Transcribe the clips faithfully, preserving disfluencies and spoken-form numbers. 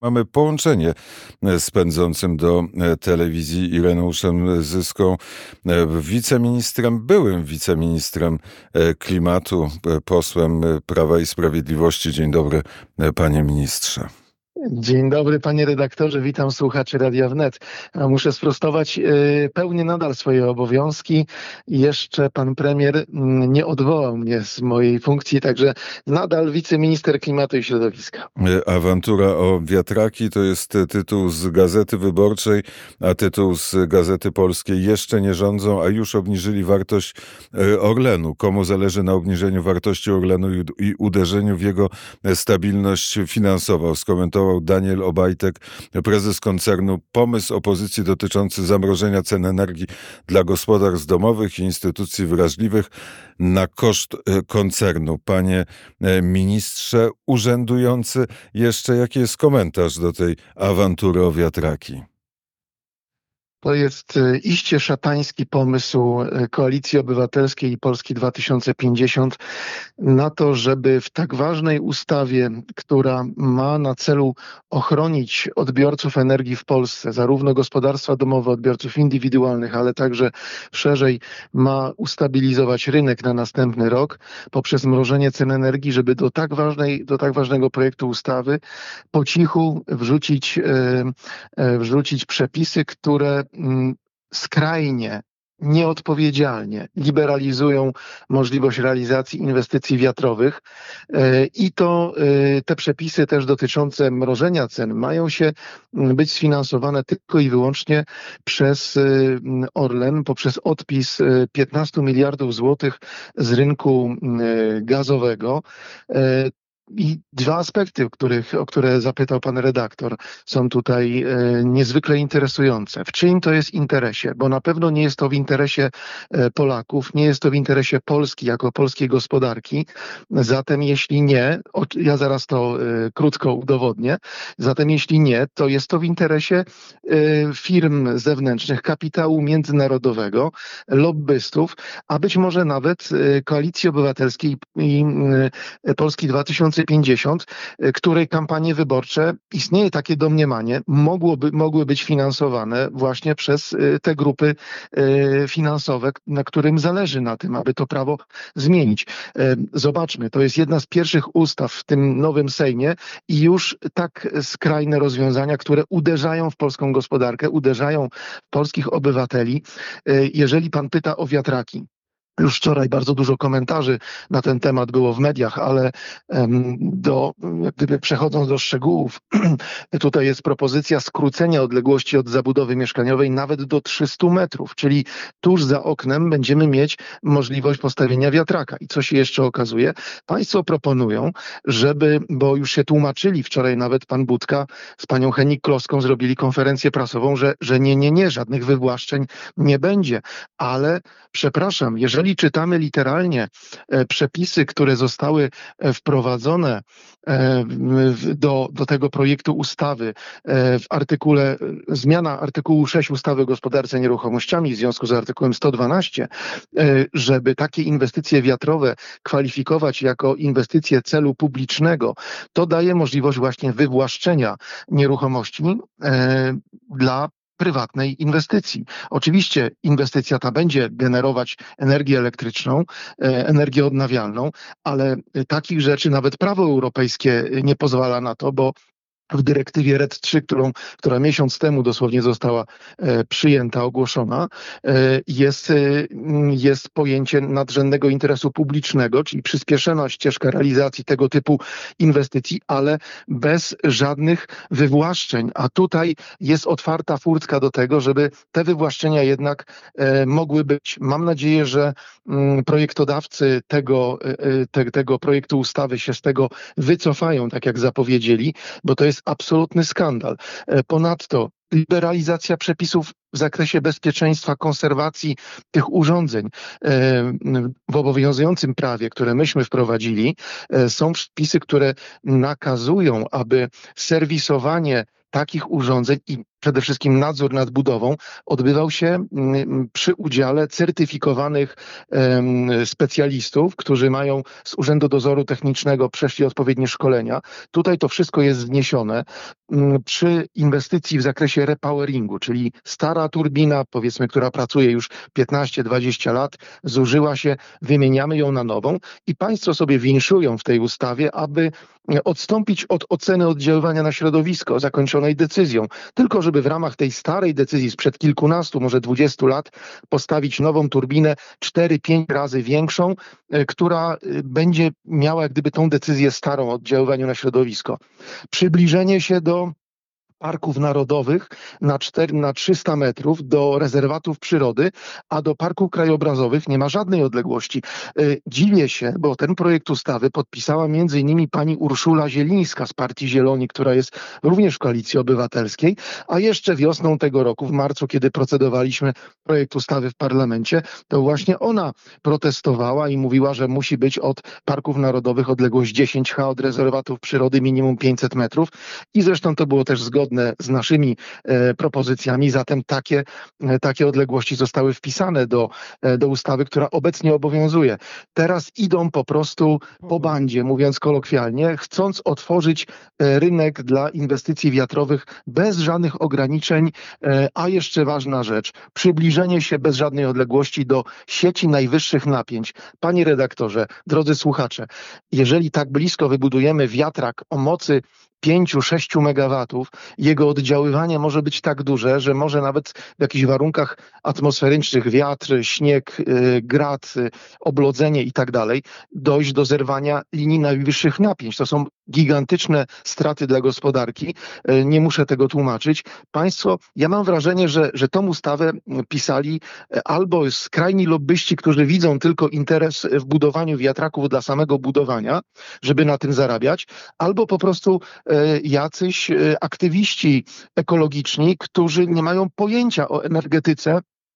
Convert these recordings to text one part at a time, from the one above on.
Mamy połączenie z pędzącym do telewizji Ireneuszem Zyską, wiceministrem, byłym wiceministrem klimatu, posłem Prawa i Sprawiedliwości. Dzień dobry, panie ministrze. Dzień dobry, panie redaktorze, witam słuchaczy Radia Wnet. Muszę sprostować, pełnię nadal swoje obowiązki. Jeszcze pan premier nie odwołał mnie z mojej funkcji, także nadal wiceminister klimatu i środowiska. Awantura o wiatraki to jest tytuł z Gazety Wyborczej, a tytuł z Gazety Polskiej: jeszcze nie rządzą, a już obniżyli wartość Orlenu. Komu zależy na obniżeniu wartości Orlenu i uderzeniu w jego stabilność finansową? Skomentował Daniel Obajtek, prezes koncernu. Pomysł opozycji dotyczący zamrożenia cen energii dla gospodarstw domowych i instytucji wrażliwych na koszt koncernu. Panie ministrze urzędujący, jeszcze jaki jest komentarz do tej awantury o wiatraki? To jest iście szatański pomysł Koalicji Obywatelskiej i Polski dwa tysiące pięćdziesiąt na to, żeby w tak ważnej ustawie, która ma na celu ochronić odbiorców energii w Polsce, zarówno gospodarstwa domowe, odbiorców indywidualnych, ale także szerzej ma ustabilizować rynek na następny rok poprzez mrożenie cen energii, żeby do tak ważnej, do tak ważnego projektu ustawy po cichu wrzucić, wrzucić przepisy, które skrajnie, nieodpowiedzialnie liberalizują możliwość realizacji inwestycji wiatrowych i to te przepisy też dotyczące mrożenia cen mają się być sfinansowane tylko i wyłącznie przez Orlen poprzez odpis piętnastu miliardów złotych z rynku gazowego. I dwa aspekty, których, o które zapytał pan redaktor, są tutaj e, niezwykle interesujące. W czyim to jest interesie? Bo na pewno nie jest to w interesie e, Polaków, nie jest to w interesie Polski jako polskiej gospodarki. Zatem jeśli nie, o, ja zaraz to e, krótko udowodnię, zatem jeśli nie, to jest to w interesie e, firm zewnętrznych, kapitału międzynarodowego, lobbystów, a być może nawet e, Koalicji Obywatelskiej i e, Polski dwa tysiące pięćdziesiąt, której kampanie wyborcze, istnieje takie domniemanie, mogłoby, mogły być finansowane właśnie przez te grupy finansowe, na którym zależy na tym, aby to prawo zmienić. Zobaczmy, to jest jedna z pierwszych ustaw w tym nowym Sejmie i już tak skrajne rozwiązania, które uderzają w polską gospodarkę, uderzają w polskich obywateli. Jeżeli pan pyta o wiatraki, już wczoraj bardzo dużo komentarzy na ten temat było w mediach, ale do, jak gdyby przechodząc do szczegółów, tutaj jest propozycja skrócenia odległości od zabudowy mieszkaniowej nawet do trzystu metrów, czyli tuż za oknem będziemy mieć możliwość postawienia wiatraka. I co się jeszcze okazuje? Państwo proponują, żeby, bo już się tłumaczyli wczoraj, nawet pan Budka z panią Hennig-Kloską zrobili konferencję prasową, że, że nie, nie, nie, żadnych wywłaszczeń nie będzie. Ale przepraszam, jeżeli czytamy literalnie e, przepisy, które zostały e, wprowadzone e, w, do, do tego projektu ustawy e, w artykule, zmiana artykułu sześć ustawy o gospodarce nieruchomościami w związku z artykułem sto dwanaście, e, żeby takie inwestycje wiatrowe kwalifikować jako inwestycje celu publicznego, to daje możliwość właśnie wywłaszczenia nieruchomości e, dla prywatnej inwestycji. Oczywiście inwestycja ta będzie generować energię elektryczną, energię odnawialną, ale takich rzeczy nawet prawo europejskie nie pozwala na to, bo w dyrektywie R E D trzy, którą, która miesiąc temu dosłownie została e, przyjęta, ogłoszona, e, jest, e, jest pojęcie nadrzędnego interesu publicznego, czyli przyspieszona ścieżka realizacji tego typu inwestycji, ale bez żadnych wywłaszczeń. A tutaj jest otwarta furtka do tego, żeby te wywłaszczenia jednak e, mogły być. Mam nadzieję, że m, projektodawcy tego, e, te, tego projektu ustawy się z tego wycofają, tak jak zapowiedzieli, bo to jest absolutny skandal. Ponadto liberalizacja przepisów w zakresie bezpieczeństwa konserwacji tych urządzeń. W obowiązującym prawie, które myśmy wprowadzili, są przepisy, które nakazują, aby serwisowanie takich urządzeń i przede wszystkim nadzór nad budową odbywał się przy udziale certyfikowanych specjalistów, którzy mają z Urzędu Dozoru Technicznego przeszli odpowiednie szkolenia. Tutaj to wszystko jest wniesione. Przy inwestycji w zakresie repoweringu, czyli stara turbina, powiedzmy, która pracuje już piętnaście dwadzieścia lat, zużyła się, wymieniamy ją na nową i państwo sobie winszują w tej ustawie, aby odstąpić od oceny oddziaływania na środowisko zakończonej decyzją, tylko żeby w ramach tej starej decyzji sprzed kilkunastu, może dwudziestu lat postawić nową turbinę cztery pięć razy większą, która będzie miała jak gdyby tą decyzję starą o oddziaływaniu na środowisko. Przybliżenie się do parków narodowych na, cztery, na trzysta metrów, do rezerwatów przyrody, a do parków krajobrazowych nie ma żadnej odległości. Dziwię się, bo ten projekt ustawy podpisała między innymi pani Urszula Zielińska z Partii Zieloni, która jest również w Koalicji Obywatelskiej, a jeszcze wiosną tego roku, w marcu, kiedy procedowaliśmy projekt ustawy w parlamencie, to właśnie ona protestowała i mówiła, że musi być od parków narodowych odległość dziesięć kilometrów, od rezerwatów przyrody minimum pięćset metrów i zresztą to było też zgodne z naszymi e, propozycjami, zatem takie, e, takie odległości zostały wpisane do, e, do ustawy, która obecnie obowiązuje. Teraz idą po prostu po bandzie, mówiąc kolokwialnie, chcąc otworzyć e, rynek dla inwestycji wiatrowych bez żadnych ograniczeń, e, a jeszcze ważna rzecz, przybliżenie się bez żadnej odległości do sieci najwyższych napięć. Panie redaktorze, drodzy słuchacze, jeżeli tak blisko wybudujemy wiatrak o mocy pięć sześć megawatów, jego oddziaływanie może być tak duże, że może nawet w jakichś warunkach atmosferycznych, wiatr, śnieg, yy, grad, yy, oblodzenie i tak dalej, dojść do zerwania linii najwyższych napięć. To są gigantyczne straty dla gospodarki. Yy, nie muszę tego tłumaczyć. Państwo, ja mam wrażenie, że, że tą ustawę pisali albo skrajni lobbyści, którzy widzą tylko interes w budowaniu wiatraków dla samego budowania, żeby na tym zarabiać, albo po prostu jacyś aktywiści ekologiczni, którzy nie mają pojęcia o energetyce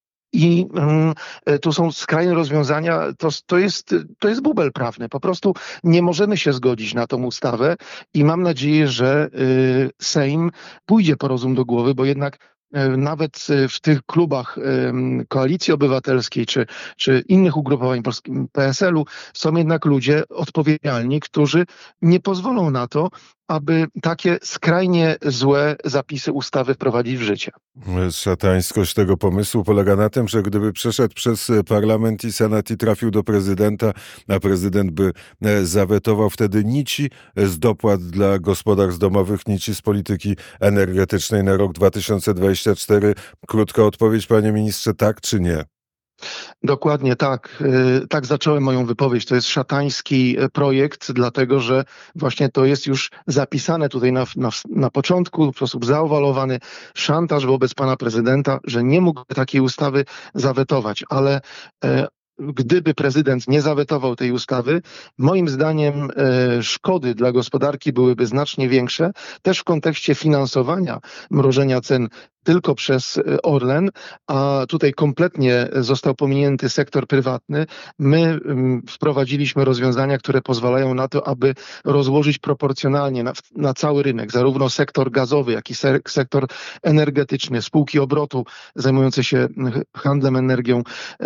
i y, tu są skrajne rozwiązania, to, to, jest, to jest bubel prawny. Po prostu nie możemy się zgodzić na tą ustawę i mam nadzieję, że y, Sejm pójdzie po rozum do głowy, bo jednak nawet w tych klubach Koalicji Obywatelskiej czy, czy innych ugrupowań polskim P S L u są jednak ludzie odpowiedzialni, którzy nie pozwolą na to, aby takie skrajnie złe zapisy ustawy wprowadzić w życie. Szatańskość tego pomysłu polega na tym, że gdyby przeszedł przez parlament i senat i trafił do prezydenta, a prezydent by zawetował, wtedy nici z dopłat dla gospodarstw domowych, nici z polityki energetycznej na rok dwa tysiące dwudziesty czwarty. Krótka odpowiedź, panie ministrze, tak czy nie? Dokładnie tak. Tak zacząłem moją wypowiedź. To jest szatański projekt, dlatego że właśnie to jest już zapisane tutaj na, na, na początku, w sposób zaowalowany szantaż wobec pana prezydenta, że nie mógł takiej ustawy zawetować, ale e, gdyby prezydent nie zawetował tej ustawy, moim zdaniem e, szkody dla gospodarki byłyby znacznie większe, też w kontekście finansowania mrożenia cen tylko przez Orlen, a tutaj kompletnie został pominięty sektor prywatny. My wprowadziliśmy rozwiązania, które pozwalają na to, aby rozłożyć proporcjonalnie na, na cały rynek, zarówno sektor gazowy, jak i se, sektor energetyczny, spółki obrotu zajmujące się handlem energią,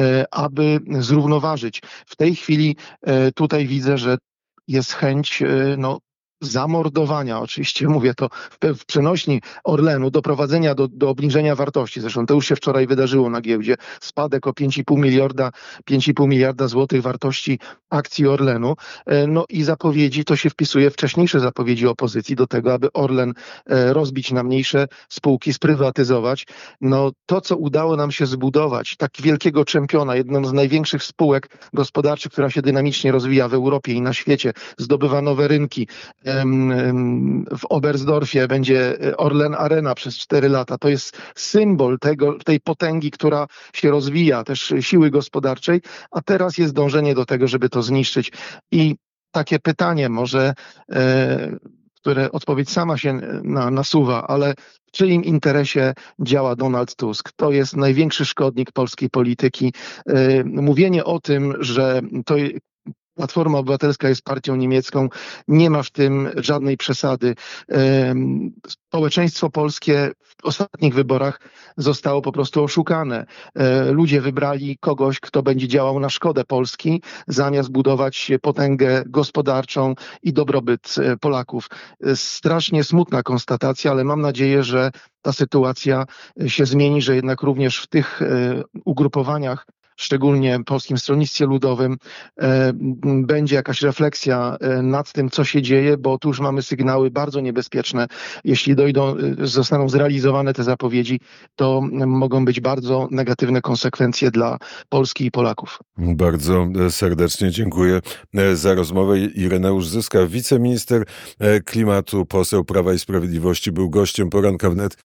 aby zrównoważyć. W tej chwili tutaj widzę, że jest chęć no, zamordowania, oczywiście mówię to w, w przenośni Orlenu, doprowadzenia do, do obniżenia wartości. Zresztą to już się wczoraj wydarzyło na giełdzie. Spadek o pięć i pół miliarda, pięć i pół miliarda złotych wartości akcji Orlenu. No i zapowiedzi, to się wpisuje wcześniejsze zapowiedzi opozycji do tego, aby Orlen rozbić na mniejsze spółki, sprywatyzować. No to, co udało nam się zbudować, tak wielkiego czempiona, jedną z największych spółek gospodarczych, która się dynamicznie rozwija w Europie i na świecie, zdobywa nowe rynki. W Oberstdorfie będzie Orlen Arena przez cztery lata. To jest symbol tego, tej potęgi, która się rozwija, też siły gospodarczej, a teraz jest dążenie do tego, żeby to zniszczyć. I takie pytanie, może e, które odpowiedź sama się na, nasuwa, ale w czyim interesie działa Donald Tusk? To jest największy szkodnik polskiej polityki. Yy, Mówienie o tym, że to Platforma Obywatelska jest partią niemiecką, nie ma w tym żadnej przesady. Em, Społeczeństwo polskie w ostatnich wyborach zostało po prostu oszukane. E, Ludzie wybrali kogoś, kto będzie działał na szkodę Polski, zamiast budować potęgę gospodarczą i dobrobyt e, Polaków. E, Strasznie smutna konstatacja, ale mam nadzieję, że ta sytuacja e, się zmieni, że jednak również w tych e, ugrupowaniach, szczególnie Polskim Stronnictwie Ludowym, e, będzie jakaś refleksja e, nad tym, co się dzieje, bo tu już mamy sygnały bardzo niebezpieczne. Jeśli dojdą, e, zostaną zrealizowane te zapowiedzi, to mogą być bardzo negatywne konsekwencje dla Polski i Polaków. Bardzo serdecznie dziękuję za rozmowę. Ireneusz Zyska, wiceminister klimatu, poseł Prawa i Sprawiedliwości, był gościem Poranka Wnet.